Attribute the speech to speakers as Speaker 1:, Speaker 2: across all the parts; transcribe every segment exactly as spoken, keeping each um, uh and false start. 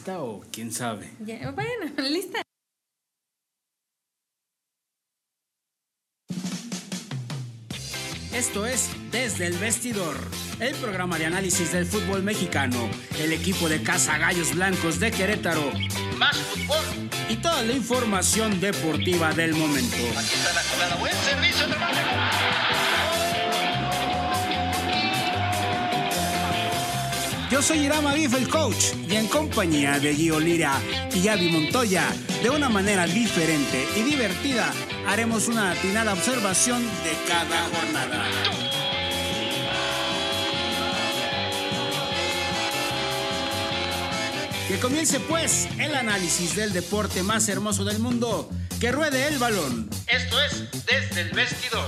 Speaker 1: ¿Lista o quién sabe?
Speaker 2: Ya, bueno, lista.
Speaker 1: Esto es Desde el Vestidor, el programa de análisis del fútbol mexicano, el equipo de Casa Gallos Blancos de Querétaro, más fútbol y toda la información deportiva del momento.
Speaker 3: Aquí está la jugada, buen servicio de
Speaker 1: Yo soy Iram Avif, el coach, y en compañía de Gio Lira y Avi Montoya, de una manera diferente y divertida, haremos una atinada observación de cada jornada. Que comience pues el análisis del deporte más hermoso del mundo, que ruede el balón. Esto es Desde el Vestidor.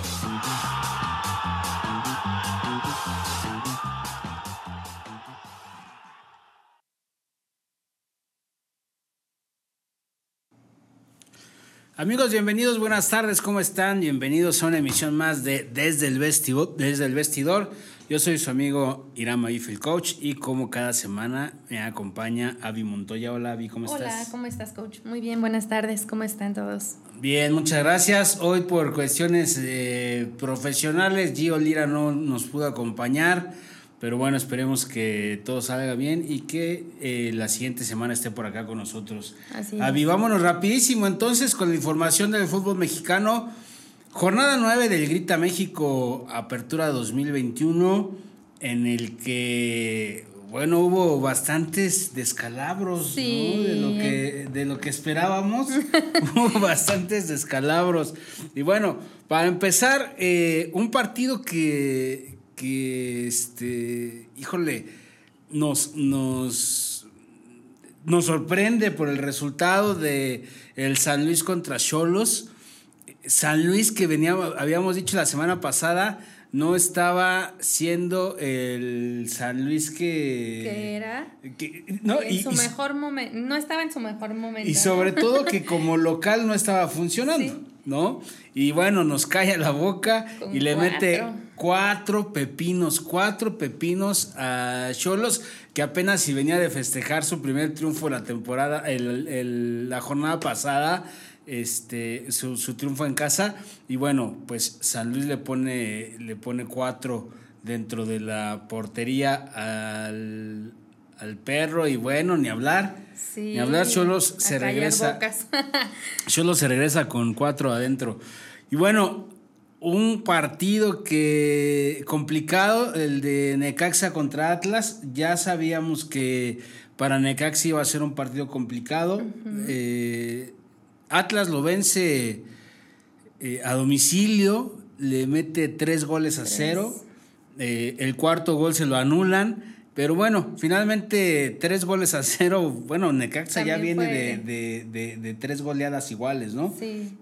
Speaker 1: Amigos, bienvenidos, buenas tardes, ¿cómo están? Bienvenidos a una emisión más de Desde el Vestidor. Desde el Vestidor. Yo soy su amigo Iram Avif, el coach, y como cada semana me acompaña Avi Montoya. Hola, Avi, ¿cómo
Speaker 2: Hola,
Speaker 1: estás?
Speaker 2: Hola, ¿cómo estás, coach? Muy bien, buenas tardes, ¿cómo están todos?
Speaker 1: Bien, muchas gracias. Hoy por cuestiones eh, profesionales, Gio Lira no nos pudo acompañar, pero bueno, esperemos que todo salga bien y que eh, la siguiente semana esté por acá con nosotros.
Speaker 2: Así es.
Speaker 1: Avi, vámonos rapidísimo entonces con la información del fútbol mexicano. Jornada nueve del Grita México Apertura dos mil veintiuno, en el que, bueno, hubo bastantes descalabros,
Speaker 2: sí.
Speaker 1: ¿no? De lo que, de lo que esperábamos. Hubo bastantes descalabros. Y bueno, para empezar, eh, un partido que, que este, híjole, nos, nos, nos sorprende por el resultado de el San Luis contra Xolos. San Luis, que venía, habíamos dicho la semana pasada, no estaba siendo el San Luis que...
Speaker 2: ¿Qué era?
Speaker 1: Que, no,
Speaker 2: en
Speaker 1: y,
Speaker 2: su
Speaker 1: y,
Speaker 2: mejor momento, no estaba en su mejor momento.
Speaker 1: Y sobre todo que como local no estaba funcionando, sí. ¿no? Y bueno, nos cae a la boca Con y le cuatro. mete cuatro pepinos, cuatro pepinos a Xolos, que apenas si venía de festejar su primer triunfo la temporada, el, el, la jornada pasada, este su, su triunfo en casa, y bueno, pues San Luis le pone le pone cuatro dentro de la portería al, al perro, y bueno, ni hablar
Speaker 2: sí,
Speaker 1: ni hablar Xolos se regresa Xolos se regresa con cuatro adentro. Y bueno, un partido que complicado, el de Necaxa contra Atlas. Ya sabíamos que para Necaxa iba a ser un partido complicado. uh-huh. eh, Atlas lo vence eh, a domicilio, le mete tres goles a cero, eh, el cuarto gol se lo anulan, pero bueno, finalmente tres goles a cero. Bueno, Necaxa También ya viene de, de, de, de tres goleadas iguales, ¿no?
Speaker 2: Sí.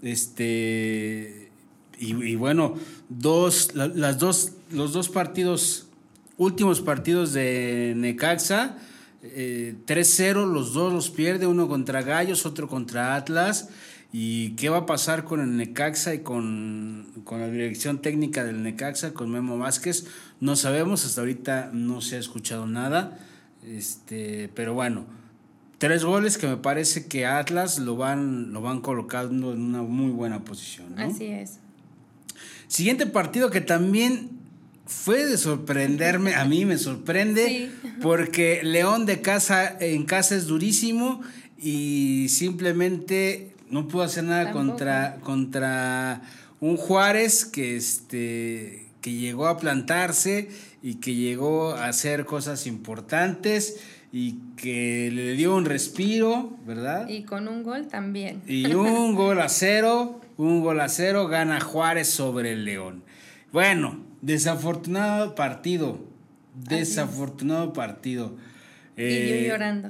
Speaker 1: Este, y, y bueno, dos, la, las dos, los dos partidos, últimos partidos de Necaxa, Eh, tres cero, los dos los pierde, uno contra Gallos, otro contra Atlas. ¿Y qué va a pasar con el Necaxa y con, con la dirección técnica del Necaxa, con Memo Vázquez? No sabemos, hasta ahorita no se ha escuchado nada, este, pero bueno, tres goles que me parece que Atlas lo van, lo van colocando en una muy buena posición, ¿no?
Speaker 2: Así es.
Speaker 1: Siguiente partido que también fue de sorprenderme, a mí me sorprende, sí. Porque León de casa en casa es durísimo y simplemente no pudo hacer nada contra, contra un Juárez que, este, que llegó a plantarse y que llegó a hacer cosas importantes y que le dio un respiro, ¿verdad?
Speaker 2: Y con un gol también.
Speaker 1: Y un gol a cero, un gol a cero, gana Juárez sobre el León. Bueno, desafortunado partido, desafortunado partido.
Speaker 2: Y eh, yo llorando.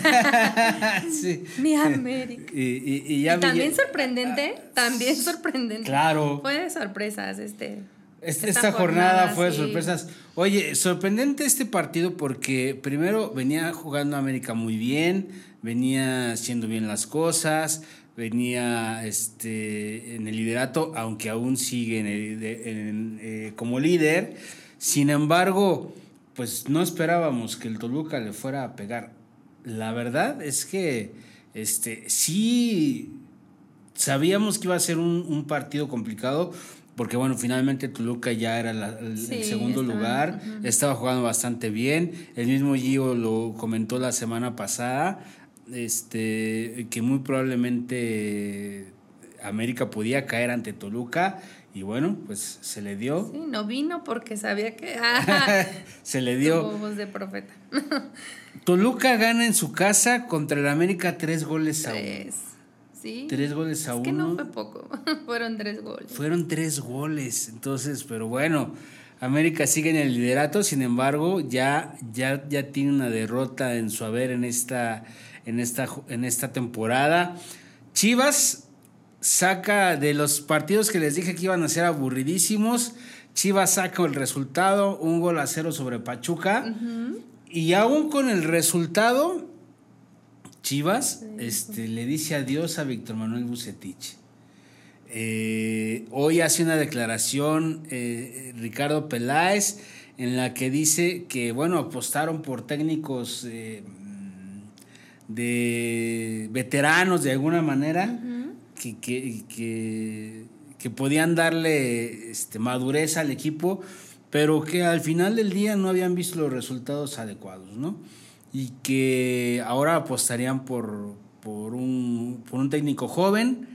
Speaker 1: Sí.
Speaker 2: Mi América.
Speaker 1: Y, y, y, ya
Speaker 2: y también
Speaker 1: me...
Speaker 2: sorprendente, también sorprendente.
Speaker 1: Claro.
Speaker 2: Fue de sorpresas este.
Speaker 1: Este esta, esta jornada, jornada fue de sí. sorpresas. Oye, sorprendente este partido porque primero venía jugando América muy bien, venía haciendo bien las cosas, venía este en el liderato, aunque aún sigue en el, en, eh, como líder. Sin embargo, pues no esperábamos que el Toluca le fuera a pegar la verdad es que este, sí sabíamos que iba a ser un, un partido complicado, porque bueno, finalmente Toluca ya era la, el, sí, el segundo estaba, lugar, uh-huh. estaba jugando bastante bien. El mismo Gio lo comentó la semana pasada, este, que muy probablemente América podía caer ante Toluca. Y bueno, pues se le dio.
Speaker 2: Sí, no vino porque sabía que... Ah,
Speaker 1: se le dio.
Speaker 2: Voz de profeta.
Speaker 1: Toluca gana en su casa contra el América tres goles a
Speaker 2: tres.
Speaker 1: uno.
Speaker 2: Sí.
Speaker 1: Tres goles a
Speaker 2: es
Speaker 1: uno.
Speaker 2: que no fue poco. Fueron tres goles.
Speaker 1: Fueron tres goles. Entonces, pero bueno, América sigue en el liderato. Sin embargo, ya, ya, ya tiene una derrota en su haber en esta, en esta, en esta temporada. Chivas saca de los partidos que les dije que iban a ser aburridísimos. Chivas saca el resultado, un gol a cero sobre Pachuca. Uh-huh. Y aún con el resultado, Chivas sí. este, le dice adiós a Víctor Manuel Vucetich. Eh, hoy hace una declaración eh, Ricardo Peláez en la que dice que, bueno, apostaron por técnicos eh, de veteranos de alguna manera. Uh-huh. Que, que, que, que podían darle este, madurez al equipo, pero que al final del día no habían visto los resultados adecuados, ¿no? Y que ahora apostarían por, por, un, por un técnico joven,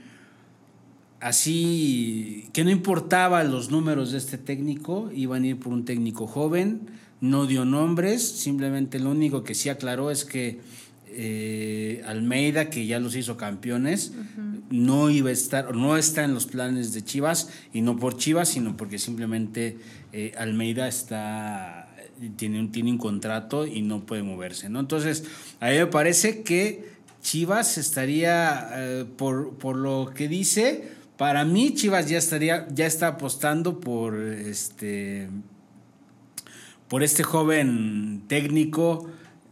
Speaker 1: así que no importaba los números de este técnico, iban a ir por un técnico joven, no dio nombres, simplemente lo único que sí aclaró es que Eh, Almeida, que ya los hizo campeones, uh-huh. no iba a estar, no está en los planes de Chivas, y no por Chivas, sino porque simplemente eh, Almeida está tiene un, tiene un contrato y no puede moverse, ¿no? Entonces, a mí me parece que Chivas estaría, eh, por, por lo que dice, para mí Chivas ya estaría, ya está apostando por este, por este joven técnico.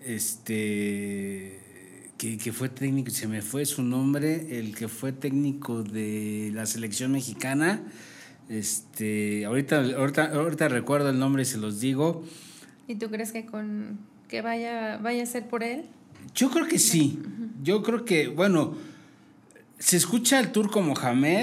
Speaker 1: Este que, que fue técnico, se me fue su nombre, el que fue técnico de la selección mexicana, este ahorita, ahorita, ahorita recuerdo el nombre y se los digo.
Speaker 2: ¿Y tú crees que con que vaya, vaya a ser por él?
Speaker 1: Yo creo que sí, uh-huh. yo creo que, bueno, se escucha el Turco Mohamed,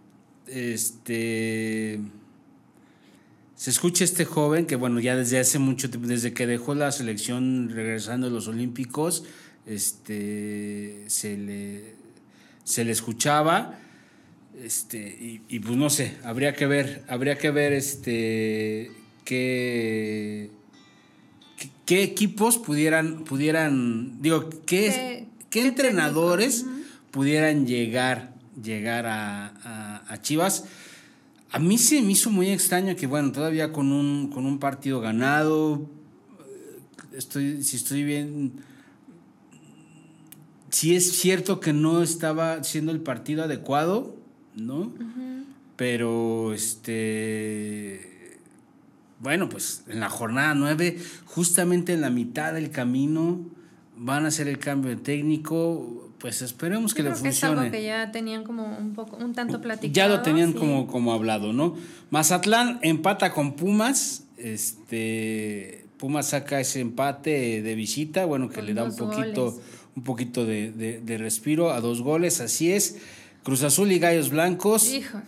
Speaker 1: este... Se escucha este joven que, bueno, ya desde hace mucho tiempo, desde que dejó la selección regresando a los Olímpicos, este, se le, se le escuchaba, este, y, y pues no sé, habría que ver, habría que ver este qué, qué, qué equipos pudieran, pudieran, digo, qué, qué, qué entrenadores uh-huh. pudieran llegar, llegar a, a, a Chivas. A mí se me hizo muy extraño que, bueno, todavía con un, con un partido ganado, estoy, si estoy bien, si es cierto que no estaba siendo el partido adecuado, ¿no? Uh-huh. Pero, este, bueno, pues en la jornada nueve, justamente en la mitad del camino, van a hacer el cambio de técnico. Pues esperemos que le funcione. Es algo
Speaker 2: que ya tenían como un poco, un tanto platicado.
Speaker 1: Ya lo tenían
Speaker 2: sí.
Speaker 1: como, como hablado, ¿no? Mazatlán empata con Pumas. Este, Pumas saca ese empate de visita, bueno, que con le da un poquito, goles. un poquito de, de, de respiro a dos goles, así es. Cruz Azul y Gallos Blancos.
Speaker 2: Hijo.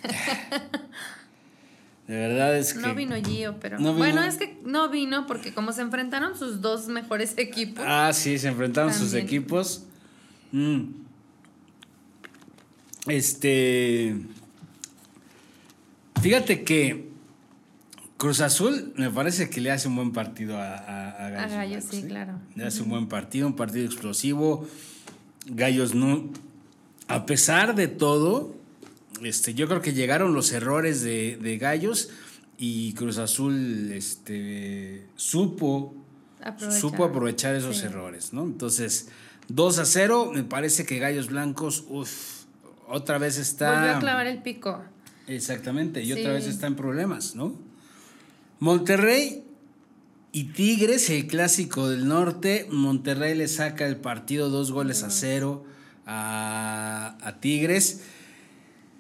Speaker 1: De verdad es que...
Speaker 2: No vino Gio, pero...
Speaker 1: No vino.
Speaker 2: Bueno, es que no vino porque como se enfrentaron sus dos mejores equipos.
Speaker 1: Ah, sí, se enfrentaron también. sus equipos. Mm. Este, fíjate que Cruz Azul me parece que le hace un buen partido a, a, a Gallos.
Speaker 2: A Gallos, sí, ¿sí? Claro.
Speaker 1: Le hace uh-huh. un buen partido, un partido explosivo. Gallos no, a pesar de todo, este, yo creo que llegaron los errores de, de Gallos y Cruz Azul, este, supo, aprovechar. supo aprovechar esos sí. errores, ¿no? Entonces, dos a cero, me parece que Gallos Blancos, uff, otra vez está...
Speaker 2: Volvió a clavar el pico.
Speaker 1: Exactamente, y sí. otra vez está en problemas, ¿no? Monterrey y Tigres, el clásico del norte. Monterrey le saca el partido dos goles a cero a, a Tigres.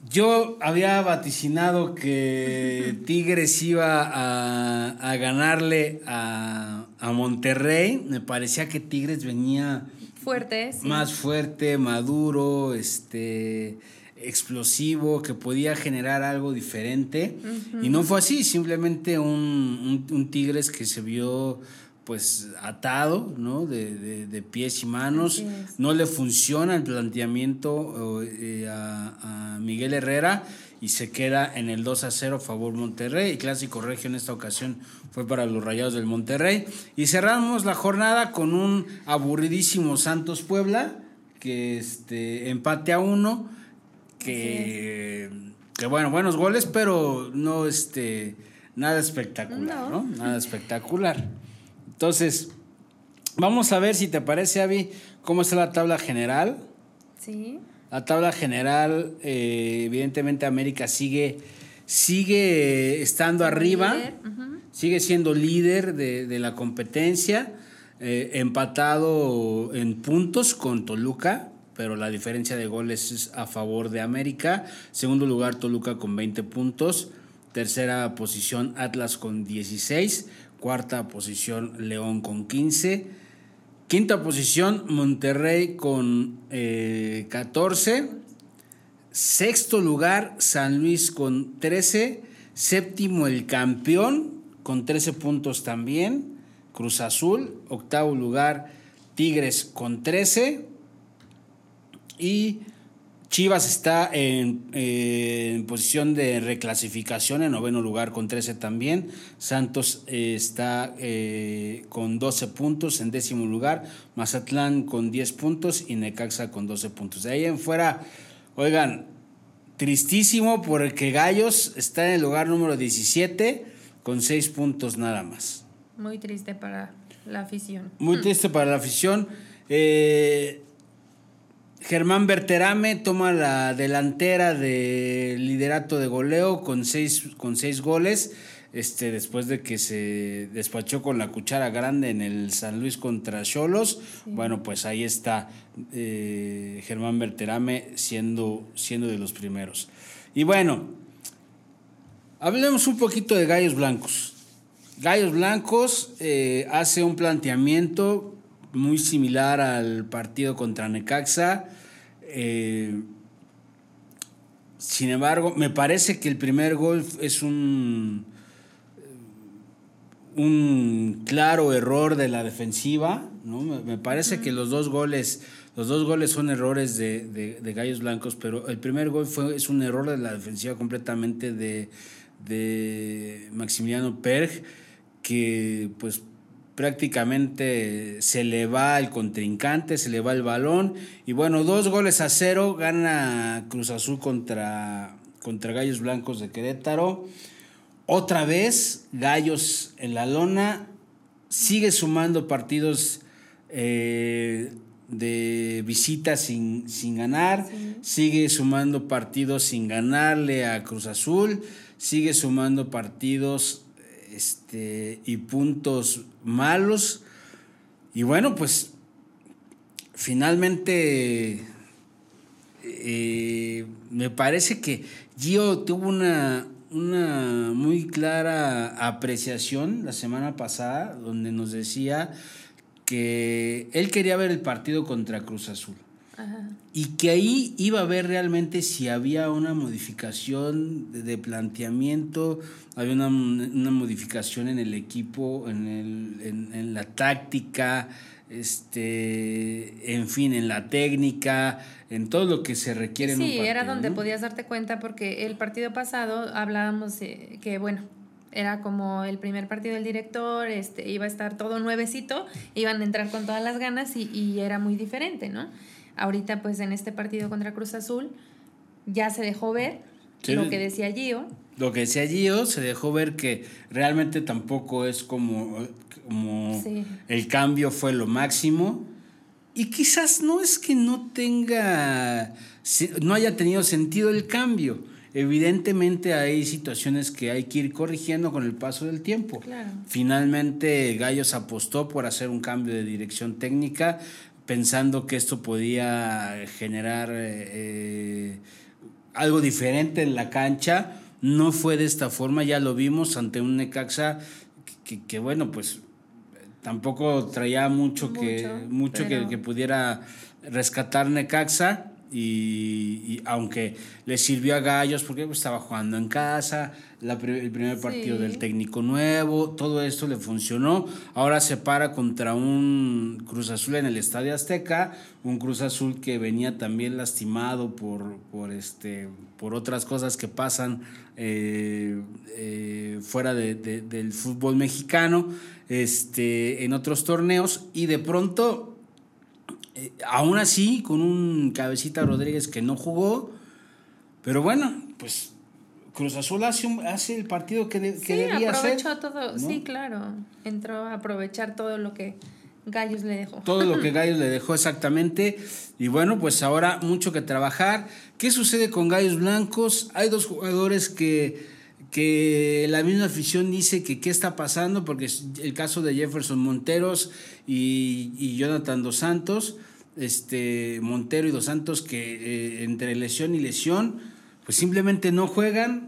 Speaker 1: Yo había vaticinado que Tigres iba a, a ganarle a, a Monterrey. Me parecía que Tigres venía
Speaker 2: fuerte, sí.
Speaker 1: más fuerte, maduro, este, explosivo, que podía generar algo diferente. Uh-huh. Y no fue así, simplemente un, un, un Tigres que se vio pues atado, ¿no? De, de, de pies y manos. No le funciona el planteamiento eh, a, a Miguel Herrera y se queda en el dos a cero a favor Monterrey. El clásico regio en esta ocasión fue para los Rayados del Monterrey. Y cerramos la jornada con un aburridísimo Santos Puebla, que este, empate a uno, que, que bueno, buenos goles, pero no este, nada espectacular, ¿no? ¿no? Nada espectacular. Entonces, vamos a ver si te parece, Abby, cómo está la tabla general.
Speaker 2: Sí.
Speaker 1: La tabla general, eh, evidentemente América sigue, sigue estando arriba, uh-huh. sigue siendo líder de, de la competencia, eh, empatado en puntos con Toluca, pero la diferencia de goles es a favor de América. Segundo lugar, Toluca con veinte puntos. Tercera posición, Atlas con dieciséis. Cuarta posición, León con quince. Quinta posición, Monterrey con eh, catorce. Sexto lugar, San Luis con trece. Séptimo, el campeón con trece puntos también, Cruz Azul. Octavo lugar, Tigres con trece. Y Chivas está en, eh, en posición de reclasificación, en noveno lugar con trece también. Santos eh, está eh, con doce puntos en décimo lugar. Mazatlán con diez puntos y Necaxa con doce puntos. De ahí en fuera, oigan, tristísimo porque Gallos está en el lugar número diecisiete con seis puntos nada más.
Speaker 2: Muy triste para la afición.
Speaker 1: Muy triste para la afición. Eh... Germán Berterame toma la delantera del liderato de goleo con seis, con seis goles, este, después de que se despachó con la cuchara grande en el San Luis contra Xolos. Sí. Bueno, pues ahí está eh, Germán Berterame siendo, siendo de los primeros. Y bueno, hablemos un poquito de Gallos Blancos. Gallos Blancos eh, hace un planteamiento muy similar al partido contra Necaxa. Eh, sin embargo, me parece que el primer gol es un, un claro error de la defensiva, ¿no? Me, me parece uh-huh. que los dos goles, los dos goles son errores de, de, de Gallos Blancos, pero el primer gol fue, es un error de la defensiva completamente de, de Maximiliano Perg, que pues prácticamente se le va el contrincante, se le va el balón y bueno, dos goles a cero gana Cruz Azul contra, contra Gallos Blancos de Querétaro. Otra vez Gallos en la lona, sigue sumando partidos eh, de visita sin, sin ganar, sí. sigue sumando partidos sin ganarle a Cruz Azul, sigue sumando partidos Este, y puntos malos. Y bueno, pues finalmente eh, me parece que Gio tuvo una, una muy clara apreciación la semana pasada, donde nos decía que él quería ver el partido contra Cruz Azul. Ajá. Y que ahí iba a ver realmente si había una modificación de, de planteamiento, había una, una modificación en el equipo, en, el, en, en la táctica, este, en fin, en la técnica, en todo lo que se requiere en un
Speaker 2: partido. Sí, era donde
Speaker 1: ¿no?
Speaker 2: podías darte cuenta, porque el partido pasado hablábamos eh, que, bueno, era como el primer partido del director, este, iba a estar todo nuevecito, iban a entrar con todas las ganas y, y era muy diferente, ¿no? Ahorita, pues, en este partido contra Cruz Azul, ya se dejó ver sí, lo que decía Gio.
Speaker 1: Lo que decía Gio, se dejó ver que realmente tampoco es como, como sí. el cambio fue lo máximo. Y quizás no es que no tenga, no haya tenido sentido el cambio. Evidentemente hay situaciones que hay que ir corrigiendo con el paso del tiempo.
Speaker 2: Claro.
Speaker 1: Finalmente, Gallos apostó por hacer un cambio de dirección técnica, pensando que esto podía generar eh, algo diferente en la cancha. No fue de esta forma, ya lo vimos ante un Necaxa que, que, que bueno, pues tampoco traía mucho, mucho que mucho pero... que, que pudiera rescatar Necaxa. Y, y aunque le sirvió a Gallos porque estaba jugando en casa, la, el primer partido sí. del técnico nuevo, todo esto le funcionó. Ahora se para contra un Cruz Azul en el Estadio Azteca, un Cruz Azul que venía también lastimado por, por, este, por otras cosas que pasan eh, eh, fuera de, de, del fútbol mexicano, este, en otros torneos, y de pronto... Eh, aún así, con un Cabecita Rodríguez que no jugó, pero bueno, pues Cruz Azul hace, un, hace el partido que, de, que
Speaker 2: sí,
Speaker 1: debía hacer.
Speaker 2: Aprovechó todo, ¿no? Sí, claro, entró a aprovechar todo lo que Gallos le dejó.
Speaker 1: Todo lo que Gallos le dejó, exactamente. Y bueno, pues ahora mucho que trabajar. ¿Qué sucede con Gallos Blancos? Hay dos jugadores que... que la misma afición dice que qué está pasando, porque el caso de Jefferson Monteros y, y Jonathan Dos Santos, este Montero y Dos Santos, que eh, entre lesión y lesión, pues simplemente no juegan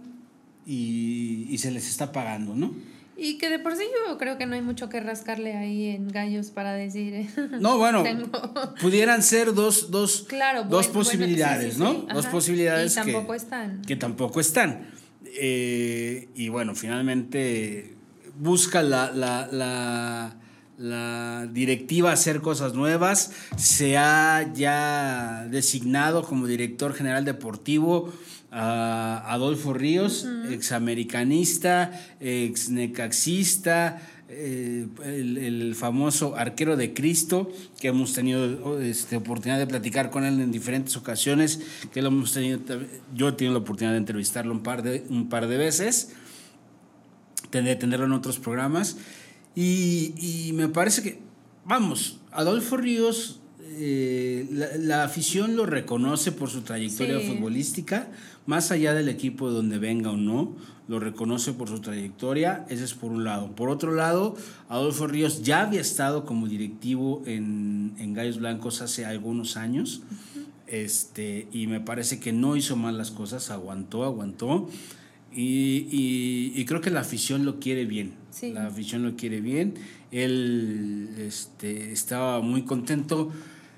Speaker 1: y, y se les está pagando, ¿no?
Speaker 2: Y que de por sí yo creo que no hay mucho que rascarle ahí en Gallos para decir... Eh,
Speaker 1: no, bueno, tengo... pudieran ser dos, dos,
Speaker 2: claro,
Speaker 1: dos
Speaker 2: bueno,
Speaker 1: posibilidades,
Speaker 2: bueno, sí, sí,
Speaker 1: ¿no?
Speaker 2: sí.
Speaker 1: Dos posibilidades
Speaker 2: y tampoco
Speaker 1: que,
Speaker 2: están.
Speaker 1: que tampoco están. Eh, y bueno, finalmente busca la, la, la, la directiva hacer cosas nuevas. Se ha ya designado como director general deportivo a Adolfo Ríos, uh-huh. examericanista, ex necaxista, eh, el, el famoso arquero de Cristo, que hemos tenido este, oportunidad de platicar con él en diferentes ocasiones, que lo hemos tenido, yo he tenido la oportunidad de entrevistarlo un par de, un par de veces, tendré de tenerlo en otros programas, y, y me parece que, vamos, Adolfo Ríos, eh, la, la afición lo reconoce por su trayectoria sí. futbolística, más allá del equipo de donde venga o no, lo reconoce por su trayectoria. Ese es por un lado. Por otro lado, Adolfo Ríos ya había estado como directivo en, en Gallos Blancos hace algunos años, uh-huh. este, y me parece que no hizo mal las cosas, aguantó, aguantó, y, y, y creo que la afición lo quiere bien, sí. la afición lo quiere bien. Él este, estaba muy contento.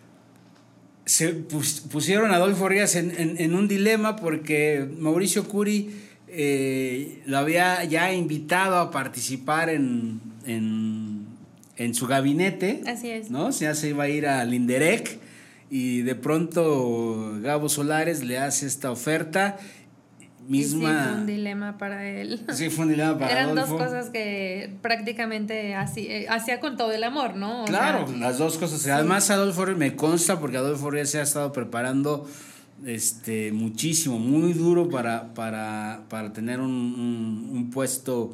Speaker 1: Se pus, pusieron a Adolfo Ríos en, en, en un dilema porque Mauricio Curi eh, lo había ya invitado a participar en, en, en su gabinete.
Speaker 2: Así es.
Speaker 1: ¿No? Ya se iba a ir al Inderec y de pronto Gabo Solares le hace esta oferta. Misma...
Speaker 2: Sí, fue un dilema para él.
Speaker 1: Sí, fue un dilema para
Speaker 2: Eran
Speaker 1: Adolfo.
Speaker 2: dos cosas que prácticamente hacía, hacía con todo el amor, ¿no? O
Speaker 1: claro,
Speaker 2: sea,
Speaker 1: las dos cosas. Sí. Además, Adolfo me consta porque Adolfo Ríos se ha estado preparando este, muchísimo, muy duro para, para, para tener un, un, un puesto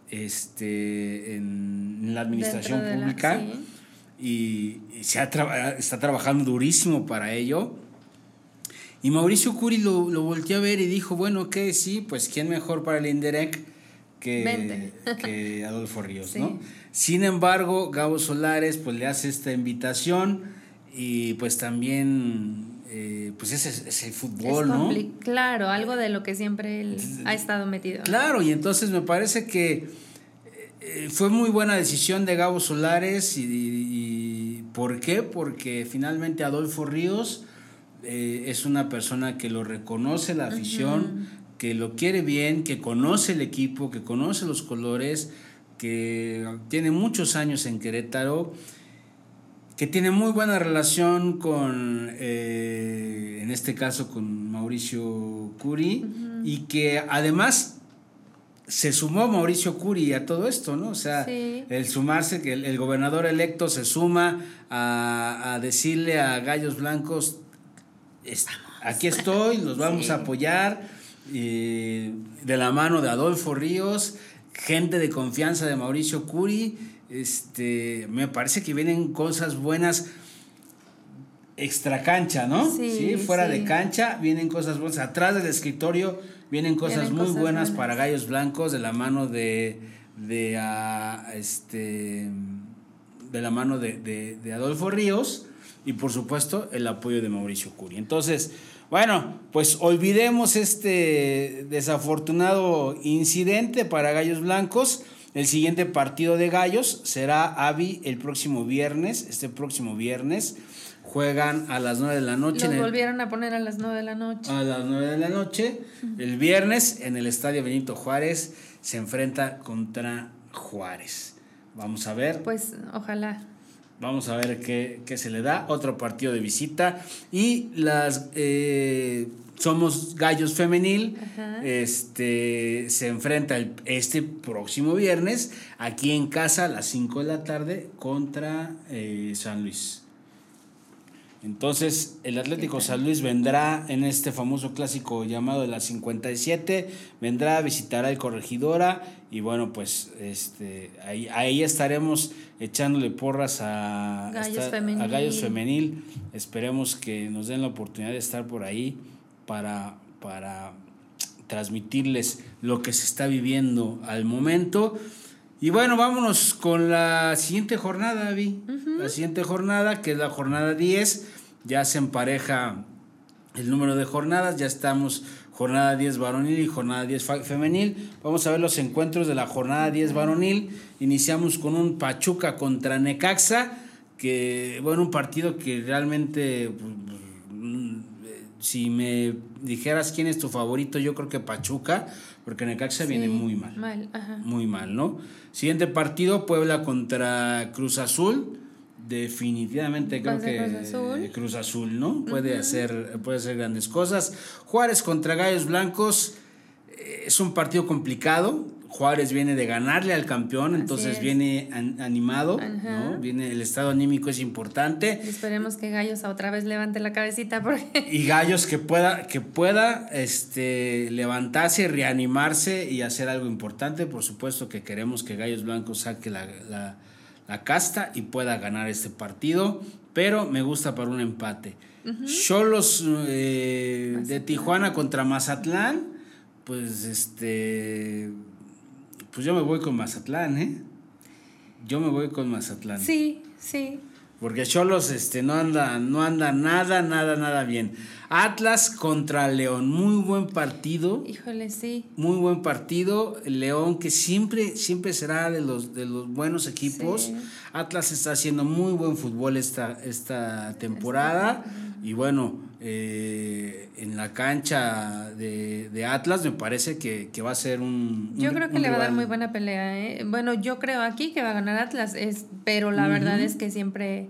Speaker 1: este, en, en la administración pública. La, sí. y, y se ha tra- está trabajando durísimo para ello. Y Mauricio Curi lo, lo volteó a ver y dijo, bueno, ¿qué? Sí, pues ¿quién mejor para el Inderec que, que Adolfo Ríos, sí. ¿no? Sin embargo, Gabo Solares pues le hace esta invitación y pues también, eh, pues ese es el fútbol, es compli-
Speaker 2: ¿no? Claro, algo de lo que siempre él ha estado metido.
Speaker 1: Claro, y entonces me parece que eh, fue muy buena decisión de Gabo Solares y, y, y ¿por qué? Porque finalmente Adolfo Ríos... Eh, es una persona que lo reconoce la afición, uh-huh. que lo quiere bien, que conoce el equipo, que conoce los colores, que tiene muchos años en Querétaro, que tiene muy buena relación con, eh, en este caso con Mauricio Curi, uh-huh. y que además se sumó Mauricio Curi a todo esto, ¿no? O sea, sí. el sumarse, que el, el gobernador electo se suma a, a decirle a Gallos Blancos, aquí estoy, los vamos sí. a apoyar, eh, de la mano de Adolfo Ríos, gente de confianza de Mauricio Curi. Este, me parece que vienen cosas buenas extra cancha, ¿no?
Speaker 2: Sí,
Speaker 1: ¿Sí? Fuera
Speaker 2: sí.
Speaker 1: de cancha vienen cosas buenas, atrás del escritorio vienen cosas vienen muy cosas buenas, buenas para Gallos Blancos, de la mano de, de uh, este de la mano de, de, de Adolfo Ríos y por supuesto el apoyo de Mauricio Curi. Entonces, bueno, pues olvidemos este desafortunado incidente para Gallos Blancos. El siguiente partido de Gallos será Avi el próximo viernes, este próximo viernes. Juegan a las nueve de la noche.
Speaker 2: Los volvieron a poner a las nueve de la noche.
Speaker 1: A las nueve de la noche. El viernes en el Estadio Benito Juárez se enfrenta contra Juárez. Vamos a ver.
Speaker 2: Pues ojalá.
Speaker 1: Vamos a ver qué, qué se le da. Otro partido de visita. Y las eh, Somos Gallos Femenil. Ajá. Este se enfrenta el, este próximo viernes aquí en casa a las cinco de la tarde contra eh, San Luis. Entonces el Atlético San Luis vendrá en este famoso clásico llamado de la cincuenta y siete, vendrá, visitará el Corregidora y bueno, pues este ahí, ahí estaremos echándole porras a
Speaker 2: Gallos,
Speaker 1: esta,
Speaker 2: Femenil.
Speaker 1: a Gallos Femenil. Esperemos que nos den la oportunidad de estar por ahí para, para transmitirles lo que se está viviendo al momento. Y bueno, vámonos con la siguiente jornada, Avi. Uh-huh. La siguiente jornada, que es la jornada diez. Ya se empareja el número de jornadas. Ya estamos jornada diez varonil y jornada diez femenil. Vamos a ver los encuentros de la jornada diez varonil. Iniciamos con un Pachuca contra Necaxa. Que, bueno, un partido que realmente, si me dijeras quién es tu favorito, yo creo que Pachuca, porque Necaxa sí, viene muy mal.
Speaker 2: Mal, ajá.
Speaker 1: Muy mal, ¿no? Siguiente partido, Puebla contra Cruz Azul. Definitivamente creo que
Speaker 2: Cruz Azul.
Speaker 1: Cruz Azul, ¿no? Puede, uh-huh. hacer, puede hacer grandes cosas. Juárez contra Gallos Blancos. Es un partido complicado. Juárez viene de ganarle al campeón, entonces viene an- animado, ajá. ¿no? Viene, el estado anímico es importante.
Speaker 2: Y esperemos que Gallos otra vez levante la cabecita porque...
Speaker 1: Y Gallos que pueda, que pueda este, levantarse, reanimarse y hacer algo importante. Por supuesto que queremos que Gallos Blancos saque la, la, la casta y pueda ganar este partido, pero me gusta para un empate. Xolos uh-huh. eh, de Tijuana contra Mazatlán, pues este... Pues yo me voy con Mazatlán, ¿eh? Yo me voy con Mazatlán.
Speaker 2: Sí, sí.
Speaker 1: Porque Xolos este, no anda, no anda nada, nada, nada bien. Atlas contra León, muy buen partido.
Speaker 2: Híjole, sí.
Speaker 1: Muy buen partido. León que siempre, siempre será de los, de los buenos equipos. Sí. Atlas está haciendo muy buen fútbol esta, esta temporada. Y bueno, eh, en la cancha de, de Atlas me parece que, que va a ser un...
Speaker 2: Yo
Speaker 1: un,
Speaker 2: creo que
Speaker 1: un
Speaker 2: le
Speaker 1: rival.
Speaker 2: va a dar muy buena pelea, ¿eh? Bueno, yo creo aquí que va a ganar Atlas, es, pero la uh-huh. verdad es que siempre...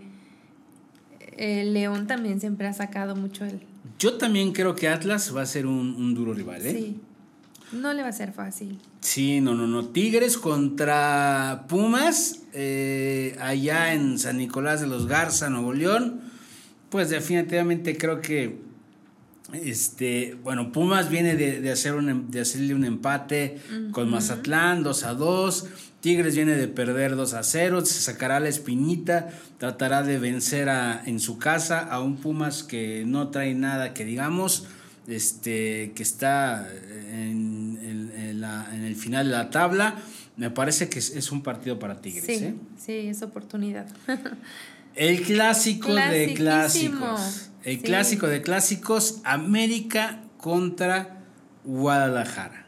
Speaker 2: El León también siempre ha sacado mucho el...
Speaker 1: Yo también creo que Atlas va a ser un, un duro rival, ¿eh?
Speaker 2: Sí, no le va a ser fácil.
Speaker 1: Sí, no, no, no. Tigres contra Pumas, eh, allá en San Nicolás de los Garza, Nuevo León. Pues definitivamente creo que, este, bueno, Pumas viene de, de, hacer un, de hacerle un empate uh-huh. con Mazatlán, dos a dos. Tigres viene de perder dos a cero, se sacará la espinita, tratará de vencer a, en su casa a un Pumas que no trae nada que digamos, este, que está en, en, en, la, en el final de la tabla. Me parece que es, es un partido para Tigres.
Speaker 2: Sí,
Speaker 1: ¿eh?
Speaker 2: sí, es oportunidad.
Speaker 1: El clásico de clásicos. El sí. clásico de clásicos, América contra Guadalajara.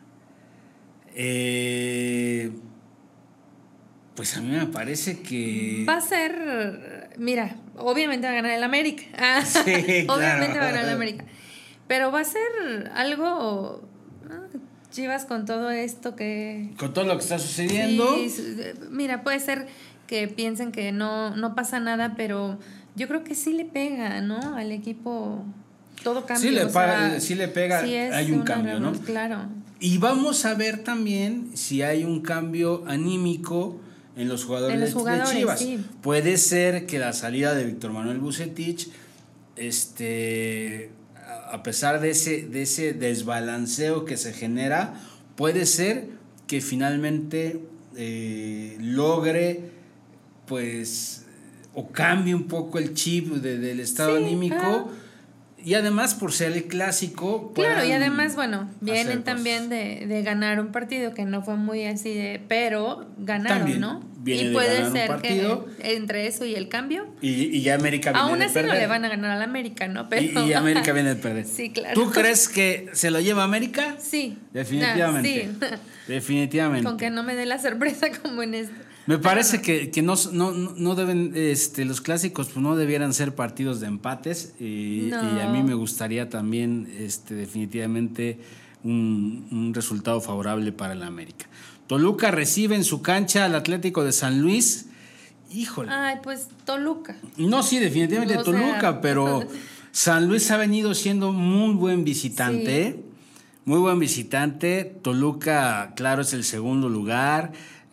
Speaker 1: Eh... Pues a mí me parece que...
Speaker 2: Va a ser... Mira, obviamente va a ganar el América. Ah,
Speaker 1: sí,
Speaker 2: obviamente
Speaker 1: claro.
Speaker 2: va a ganar el América. Pero va a ser algo... ¿no? Chivas con todo esto que...
Speaker 1: Con todo lo que está sucediendo.
Speaker 2: Sí, mira, puede ser que piensen que no, no pasa nada, pero yo creo que sí le pega, ¿no? Al equipo todo cambia.
Speaker 1: Sí le,
Speaker 2: o
Speaker 1: paga,
Speaker 2: sea,
Speaker 1: sí le pega,
Speaker 2: sí
Speaker 1: hay un cambio, ¿no?
Speaker 2: Claro.
Speaker 1: Y vamos a ver también si hay un cambio anímico en los jugadores,
Speaker 2: en los jugadores
Speaker 1: de Chivas.
Speaker 2: Sí.
Speaker 1: Puede ser que la salida de Víctor Manuel Vucetich, este, a pesar de ese, de ese desbalanceo que se genera, puede ser que finalmente eh, logre, pues, o cambie un poco el chip de, del estado sí, anímico. Ah. Y además, por ser el clásico...
Speaker 2: Claro, y además, bueno, vienen también de, de ganar un partido que no fue muy así de... Pero ganaron,
Speaker 1: también,
Speaker 2: ¿no?
Speaker 1: viene
Speaker 2: y
Speaker 1: de
Speaker 2: puede
Speaker 1: ganar
Speaker 2: ser
Speaker 1: un partido.
Speaker 2: Que entre eso y el cambio.
Speaker 1: Y, y ya América viene
Speaker 2: Aún
Speaker 1: de
Speaker 2: así
Speaker 1: perder.
Speaker 2: no le van a ganar al América, ¿no? Pero...
Speaker 1: Y, y América viene de perder.
Speaker 2: Sí, claro.
Speaker 1: ¿Tú crees que se lo lleva América?
Speaker 2: Sí.
Speaker 1: Definitivamente.
Speaker 2: Ah, sí.
Speaker 1: Definitivamente.
Speaker 2: Con que no me dé la sorpresa como en este.
Speaker 1: Me parece
Speaker 2: no.
Speaker 1: que, que no, no, no deben, este, los clásicos pues no debieran ser partidos de empates y,
Speaker 2: No.
Speaker 1: y a mí me gustaría también este, definitivamente un, un resultado favorable para el América. Toluca recibe en su cancha al Atlético de San Luis. Híjole.
Speaker 2: Ay, pues Toluca.
Speaker 1: No, sí, definitivamente
Speaker 2: O
Speaker 1: Toluca,
Speaker 2: sea,
Speaker 1: pero San Luis ha venido siendo muy buen visitante.
Speaker 2: Sí.
Speaker 1: Muy buen visitante. Toluca, claro, es el segundo lugar.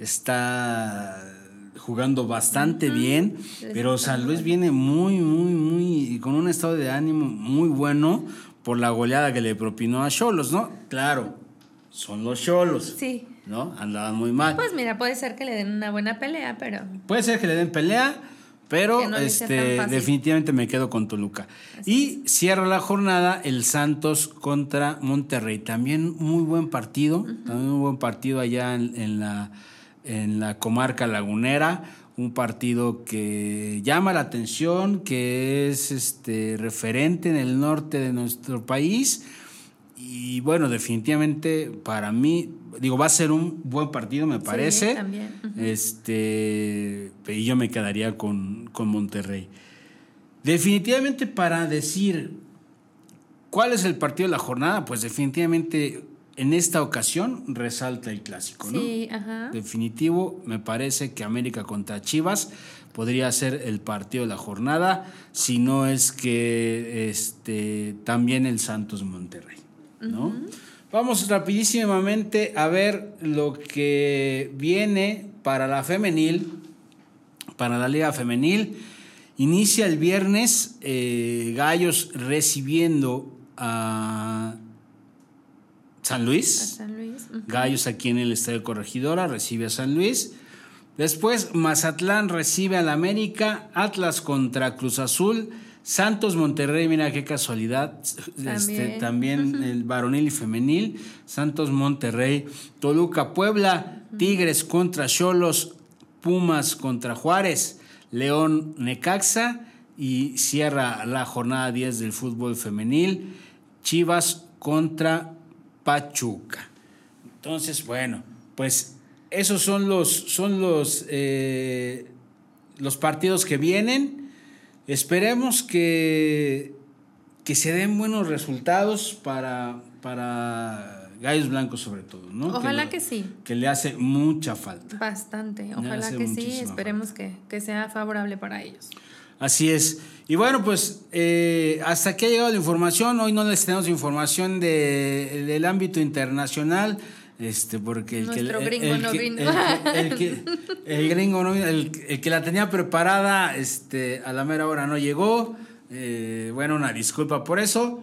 Speaker 1: Está jugando bastante uh-huh. bien, pero San Luis viene muy, muy, muy, con un estado de ánimo muy bueno por la goleada que le propinó a Xolos, ¿no? Claro, son los Xolos.
Speaker 2: Sí.
Speaker 1: ¿No? Andaban muy mal.
Speaker 2: Pues mira, puede ser que le den una buena pelea, pero...
Speaker 1: Puede ser que le den pelea, pero
Speaker 2: no
Speaker 1: este definitivamente me quedo con Toluca. Así y es. Cierra la jornada el Santos contra Monterrey. También muy buen partido, uh-huh. también muy buen partido allá en, en la... en la comarca lagunera, un partido que llama la atención, que es este referente en el norte de nuestro país y bueno, definitivamente para mí, digo, va a ser un buen partido, me parece.
Speaker 2: Sí, también. Uh-huh.
Speaker 1: Este, y yo me quedaría con, con Monterrey. Definitivamente para decir cuál es el partido de la jornada, pues definitivamente en esta ocasión resalta el clásico, ¿no?
Speaker 2: Sí, ajá.
Speaker 1: Definitivo, me parece que América contra Chivas podría ser el partido de la jornada, si no es que este también el Santos Monterrey, ¿no? Uh-huh. Vamos rapidísimamente a ver lo que viene para la femenil, para la Liga Femenil. Inicia el viernes eh, Gallos recibiendo a San Luis,
Speaker 2: a San Luis. Uh-huh.
Speaker 1: Gallos aquí en el Estadio Corregidora recibe a San Luis. Después Mazatlán recibe al América, Atlas contra Cruz Azul, Santos Monterrey, mira qué casualidad, también, este, también uh-huh. el varonil y femenil, Santos Monterrey, Toluca Puebla, uh-huh. Tigres contra Xolos, Pumas contra Juárez, León Necaxa y cierra la jornada diez del fútbol femenil, Chivas contra Pachuca. Entonces, bueno, pues esos son los, son los, eh, los partidos que vienen. Esperemos que, que se den buenos resultados para, para Gallos Blancos sobre todo, ¿no?
Speaker 2: Ojalá
Speaker 1: que,
Speaker 2: lo, que sí.
Speaker 1: Que le hace mucha falta.
Speaker 2: Bastante, ojalá que sí, esperemos que, que sea favorable para ellos.
Speaker 1: Así es. Y bueno, pues eh, hasta aquí ha llegado la información. Hoy no les tenemos información de, del ámbito internacional, este, porque el
Speaker 2: Nuestro
Speaker 1: que,
Speaker 2: gringo
Speaker 1: el,
Speaker 2: no
Speaker 1: que,
Speaker 2: vino.
Speaker 1: El, el, que, el gringo no vino, el, el que la tenía preparada, este, a la mera hora no llegó. Eh, bueno, una disculpa por eso.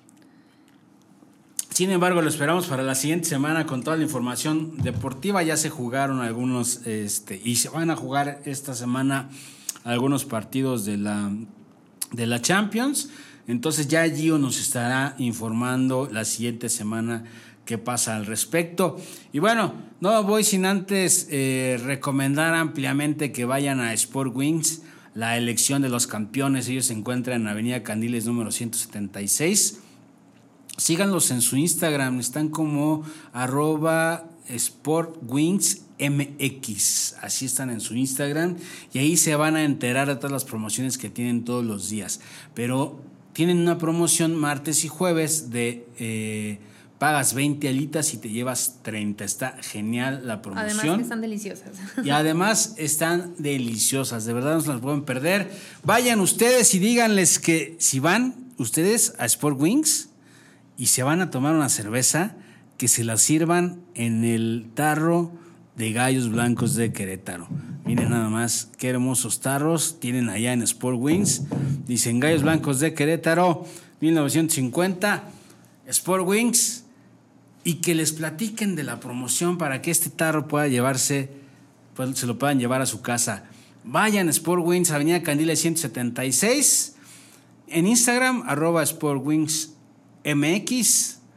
Speaker 1: Sin embargo, lo esperamos para la siguiente semana con toda la información deportiva. Ya se jugaron algunos, este, y se van a jugar esta semana algunos partidos de la, de la Champions. Entonces ya Gio nos estará informando la siguiente semana qué pasa al respecto. Y bueno, no voy sin antes eh, recomendar ampliamente que vayan a Sport Wings, la elección de los campeones. Ellos se encuentran en Avenida Candiles número ciento setenta y seis. Síganlos en su Instagram, están como arroba sportwingsmx, así están en su Instagram y ahí se van a enterar de todas las promociones que tienen todos los días. Pero tienen una promoción martes y jueves de eh, pagas veinte alitas y te llevas treinta. Está genial la promoción.
Speaker 2: Además que están deliciosas.
Speaker 1: Y además están deliciosas, de verdad no se las pueden perder. Vayan ustedes y díganles que si van ustedes a Sport Wings y se van a tomar una cerveza, que se la sirvan en el tarro de Gallos Blancos de Querétaro. Miren nada más qué hermosos tarros tienen allá en Sport Wings. Dicen Gallos Blancos de Querétaro, mil novecientos cincuenta, Sport Wings, y que les platiquen de la promoción para que este tarro pueda llevarse, pues, se lo puedan llevar a su casa. Vayan a Sport Wings, Avenida Candiles ciento setenta y seis, en Instagram, arroba Sport Wings M X,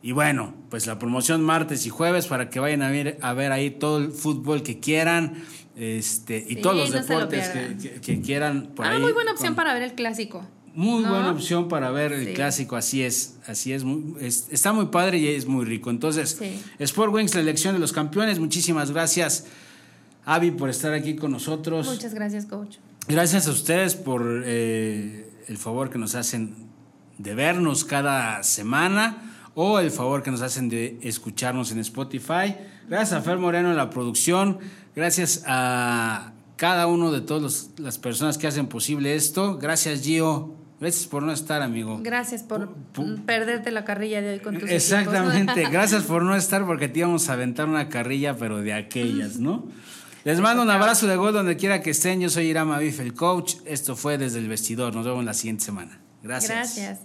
Speaker 1: Y bueno, pues la promoción martes y jueves para que vayan a ver, a ver ahí todo el fútbol que quieran, este y sí, todos los no deportes que, que, que quieran por
Speaker 2: ah,
Speaker 1: ahí.
Speaker 2: Muy buena opción
Speaker 1: con,
Speaker 2: para ver el clásico.
Speaker 1: Muy ¿no? buena opción para ver el sí. clásico, así es, así es, muy, es, está muy padre y es muy rico. Entonces, sí. Sport Wings, la elección de los campeones, muchísimas gracias, Abby, por estar aquí con nosotros.
Speaker 2: Muchas gracias, coach.
Speaker 1: Gracias a ustedes por eh, el favor que nos hacen de vernos cada semana o el favor que nos hacen de escucharnos en Spotify. Gracias a Fer Moreno en la producción, gracias a cada uno de todas las personas que hacen posible esto. Gracias, Gio. Gracias por no estar, amigo.
Speaker 2: Gracias por P- perderte la carrilla de hoy con tus
Speaker 1: Exactamente, gracias por no estar porque te íbamos a aventar una carrilla, pero de aquellas, ¿no? Les mando un abrazo de gol donde quiera que estén. Yo soy Irama Bif, el coach. Esto fue Desde el Vestidor. Nos vemos la siguiente semana. Gracias.
Speaker 2: Gracias.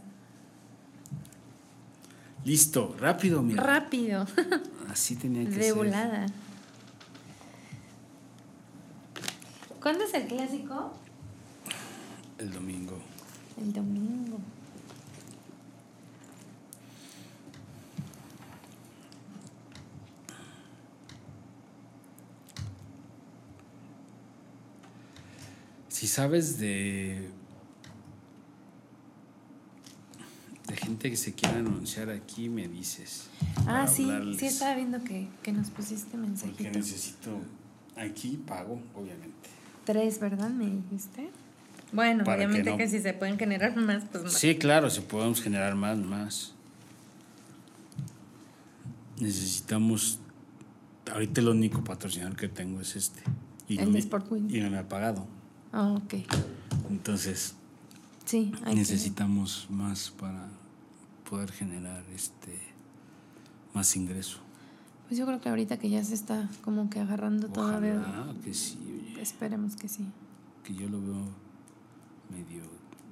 Speaker 1: Listo, rápido, mira.
Speaker 2: Rápido.
Speaker 1: Así tenía que
Speaker 2: de ser. De volada. ¿Cuándo es el clásico?
Speaker 1: El domingo.
Speaker 2: El domingo.
Speaker 1: Si sabes de de gente que se quiera anunciar aquí, me dices.
Speaker 2: Ah, sí, hablarles. Sí estaba viendo que, que nos pusiste mensajito.
Speaker 1: Porque necesito, aquí pago, obviamente.
Speaker 2: Tres, ¿verdad? Me dijiste. Bueno, para obviamente que, no. que si se pueden generar más, pues más.
Speaker 1: Sí, claro, si podemos generar más, más. Necesitamos, ahorita el único patrocinador que tengo es este. Y
Speaker 2: el
Speaker 1: no
Speaker 2: de
Speaker 1: me,
Speaker 2: Sport Wings.
Speaker 1: Y no me ha pagado.
Speaker 2: Ah, oh, ok.
Speaker 1: Entonces,
Speaker 2: sí, hay
Speaker 1: necesitamos que... más para poder generar este más ingreso.
Speaker 2: Pues yo creo que ahorita que ya se está como que agarrando
Speaker 1: Ojalá
Speaker 2: todavía.
Speaker 1: Ah, que sí, oye.
Speaker 2: Esperemos que sí.
Speaker 1: Que yo lo veo medio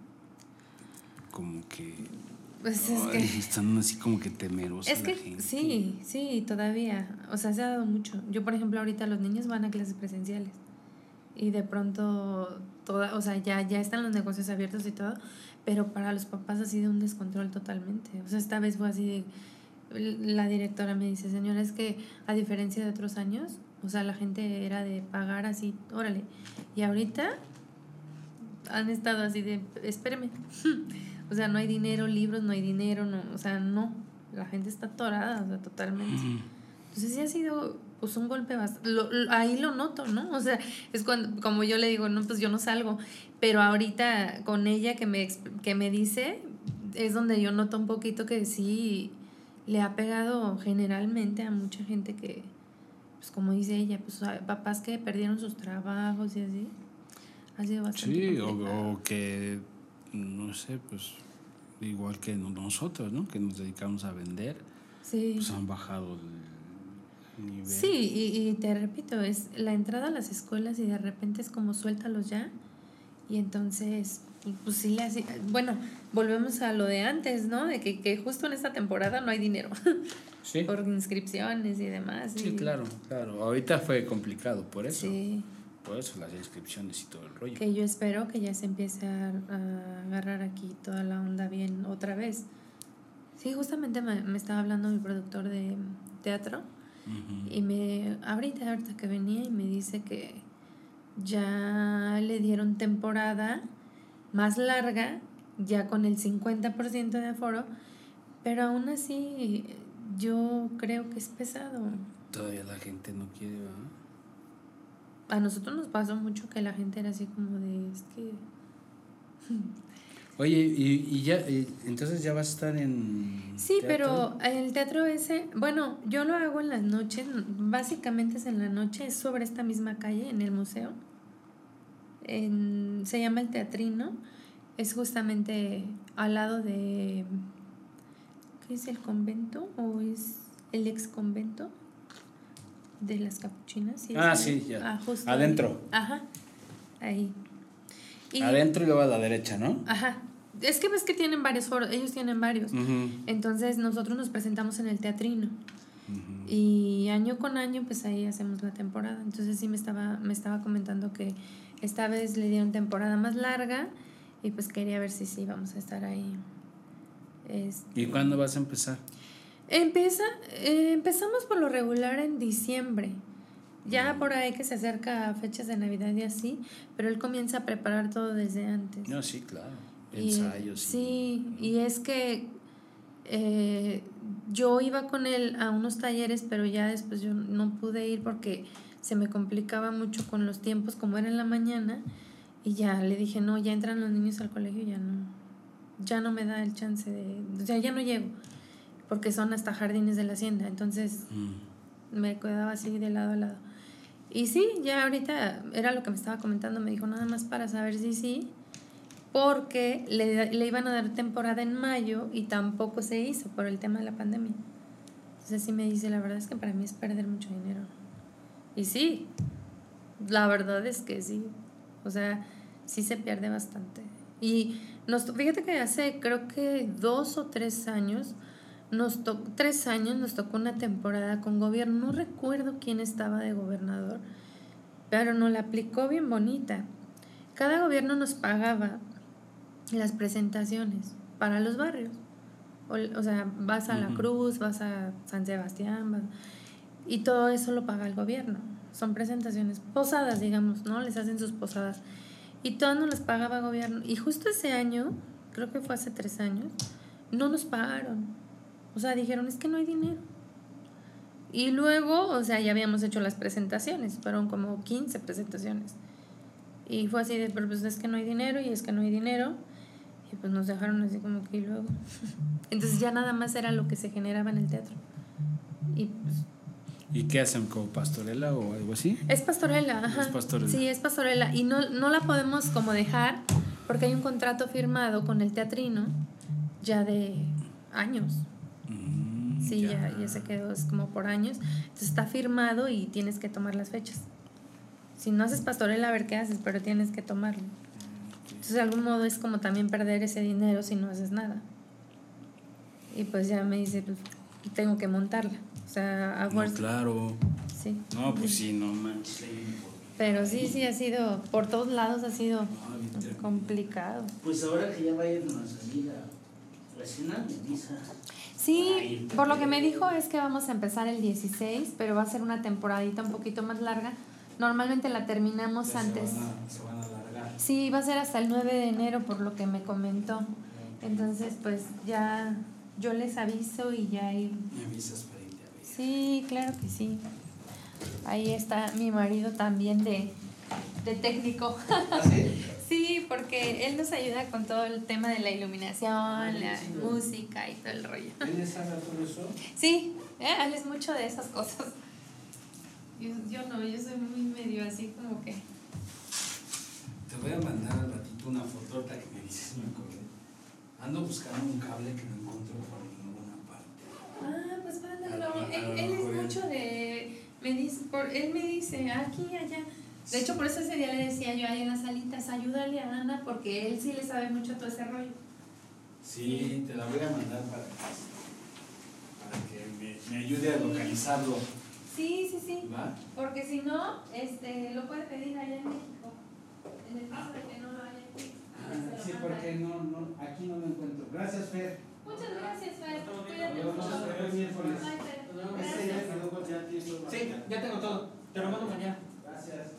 Speaker 1: como que
Speaker 2: pues
Speaker 1: oh,
Speaker 2: es que
Speaker 1: están así como que temerosos.
Speaker 2: Es que
Speaker 1: la gente.
Speaker 2: sí, sí, todavía. O sea, se ha dado mucho. Yo, por ejemplo, ahorita los niños van a clases presenciales. Y de pronto, toda, o sea, ya, ya están los negocios abiertos y todo, pero para los papás ha sido un descontrol totalmente. O sea, esta vez fue así de, la directora me dice, señora, es que a diferencia de otros años, o sea, la gente era de pagar así, órale, y ahorita han estado así de, espéreme, o sea, no hay dinero, libros, no hay dinero, no, o sea, no, la gente está atorada, o sea, totalmente. Uh-huh. Entonces sí ha sido pues un golpe bastante, lo, lo, ahí lo noto, ¿no? O sea, es cuando, como yo le digo, no, pues yo no salgo, pero ahorita con ella que me, que me dice, es donde yo noto un poquito que sí le ha pegado generalmente a mucha gente que, pues como dice ella, pues papás que perdieron sus trabajos y así, ha sido bastante
Speaker 1: sí, o, o que, no sé, pues igual que nosotros, ¿no? Que nos dedicamos a vender,
Speaker 2: sí.
Speaker 1: Pues han bajado el nivel.
Speaker 2: Sí, y, y te repito, es la entrada a las escuelas y de repente es como suéltalos ya y entonces pues sí le hace, bueno, volvemos a lo de antes, ¿no? De que, que justo en esta temporada no hay dinero
Speaker 1: sí.
Speaker 2: por inscripciones y demás.
Speaker 1: Sí,
Speaker 2: y...
Speaker 1: claro, claro. Ahorita fue complicado por eso.
Speaker 2: Sí.
Speaker 1: Por eso las inscripciones y todo el rollo.
Speaker 2: Que yo espero que ya se empiece a, a agarrar aquí toda la onda bien otra vez. Sí, justamente me, me estaba hablando mi productor de teatro. Uh-huh. Y me ahorita, ahorita que venía y me dice que ya le dieron temporada más larga, ya con el cincuenta por ciento de aforo, pero aún así yo creo que es pesado.
Speaker 1: Todavía la gente no quiere, ¿verdad?
Speaker 2: A nosotros nos pasó mucho que la gente era así como de, es que...
Speaker 1: Oye, y, y ya, y, entonces ya vas a estar en...
Speaker 2: Sí, teatro? Pero el teatro ese, bueno, yo lo hago en las noches, básicamente es en la noche, es sobre esta misma calle, en el museo. En, se llama El Teatrino, es justamente al lado de... ¿Qué es el convento? ¿O es el ex convento? De las Capuchinas. ¿Sí?
Speaker 1: Ah, sí, ya.
Speaker 2: Ah, justo
Speaker 1: adentro.
Speaker 2: Ahí. Ajá, ahí.
Speaker 1: Y, adentro y luego a la derecha, ¿no?
Speaker 2: Ajá. Es que ves que tienen varios foros, ellos tienen varios.
Speaker 1: Uh-huh.
Speaker 2: Entonces nosotros nos presentamos en el Teatrino. Uh-huh. Y año con año, pues ahí hacemos la temporada. Entonces sí me estaba, me estaba comentando que esta vez le dieron temporada más larga y pues quería ver si sí vamos a estar ahí. Este,
Speaker 1: ¿Y cuándo vas a empezar?
Speaker 2: Empieza, eh, empezamos por lo regular en diciembre. Ya por ahí que se acerca a fechas de Navidad y así, pero él comienza a preparar todo desde antes.
Speaker 1: No, sí, claro.
Speaker 2: Y,
Speaker 1: Ensayos.
Speaker 2: sí, y, y es que eh, yo iba con él a unos talleres, pero ya después yo no pude ir porque se me complicaba mucho con los tiempos, como era en la mañana, y ya le dije, no, ya entran los niños al colegio, ya no, ya no me da el chance de, o sea, ya no llego, porque son hasta jardines de la hacienda, entonces mm. me quedaba así de lado a lado. Y sí, ya ahorita era lo que me estaba comentando, me dijo nada más para saber si sí, porque le, le iban a dar temporada en mayo y tampoco se hizo por el tema de la pandemia. Entonces sí me dice, la verdad es que para mí es perder mucho dinero. Y sí, la verdad es que sí, o sea, sí se pierde bastante. Y nos, fíjate que hace creo que dos o tres años, nos to, tres años nos tocó una temporada con gobierno, no recuerdo quién estaba de gobernador, pero nos la aplicó bien bonita. Cada gobierno nos pagaba las presentaciones para los barrios. O, o sea, vas a La Cruz, vas a San Sebastián, vas, y todo eso lo paga el gobierno. Son presentaciones, posadas, digamos, ¿no? Les hacen sus posadas. Y todo nos las pagaba el gobierno. Y justo ese año, creo que fue hace tres años, no nos pagaron. O sea, dijeron, es que no hay dinero. Y luego, o sea, ya habíamos hecho las presentaciones, fueron como quince presentaciones. Y fue así de, pero pues es que no hay dinero y es que no hay dinero. Y pues nos dejaron así como que y luego. Entonces ya nada más era lo que se generaba en el teatro. Y pues.
Speaker 1: ¿Y qué hacen? ¿Como pastorela o algo así?
Speaker 2: Es pastorela, ajá.
Speaker 1: Es pastorela.
Speaker 2: Sí, es pastorela. Y no, no la podemos como dejar porque hay un contrato firmado con el teatrino ya de años. Mm, sí, ya. ya, ya se quedó, es como por años. Entonces está firmado y tienes que tomar las fechas. Si no haces pastorela, a ver qué haces, pero tienes que tomarlo. Entonces de algún modo es como también perder ese dinero si no haces nada. Y pues ya me dice, pues tengo que montarla. O sea, a fuerza.
Speaker 1: No, claro.
Speaker 2: Sí.
Speaker 1: No, pues sí, no manches.
Speaker 2: Pero sí, sí, ha sido, por todos lados ha sido no, complicado.
Speaker 1: Pues ahora que ya vayan a salir a cenar, me dice.
Speaker 2: Sí, por lo que me dijo es que vamos a empezar el dieciséis, pero va a ser una temporadita un poquito más larga. Normalmente la terminamos
Speaker 1: ya
Speaker 2: antes.
Speaker 1: Se van, a, se van a alargar.
Speaker 2: Sí, va a ser hasta el nueve de enero, por lo que me comentó. Entonces, pues ya yo les aviso y ya ir.
Speaker 1: Me avisas para irte a ver.
Speaker 2: Sí, claro que sí. Ahí está mi marido también de, de técnico.
Speaker 1: ¿Ah, sí?
Speaker 2: Sí, porque él nos ayuda con todo el tema de la iluminación, la sí, música y todo el rollo.
Speaker 1: ¿Él sabe todo eso?
Speaker 2: Sí, ¿eh? Él es mucho de esas cosas. Yo, yo no, yo soy muy medio así como que...
Speaker 1: Te voy a mandar al ratito una fotota que me dices, me acordé. Ando buscando un cable que no encuentro por ninguna parte.
Speaker 2: Ah, pues mándalo. Él, él es mucho de... Me dice, por, él me dice, aquí, allá. De hecho, por eso ese día le decía yo ahí en las salitas, ayúdale a Ana, porque él sí le sabe mucho todo ese rollo.
Speaker 1: Sí, te la voy a mandar para que, para que me, me ayude a localizarlo.
Speaker 2: Sí, sí, sí.
Speaker 1: ¿Va?
Speaker 2: Porque si no, este, lo puede pedir allá en México. En el caso
Speaker 1: ah.
Speaker 2: de que no lo haya aquí.
Speaker 1: Ah, sí, porque no, no, aquí no lo encuentro. Gracias, Fer.
Speaker 2: Muchas gracias, Fer. Cuídate
Speaker 1: mucho.
Speaker 2: mucho.
Speaker 1: Sí, ya tengo todo. Te lo mando mañana. Gracias.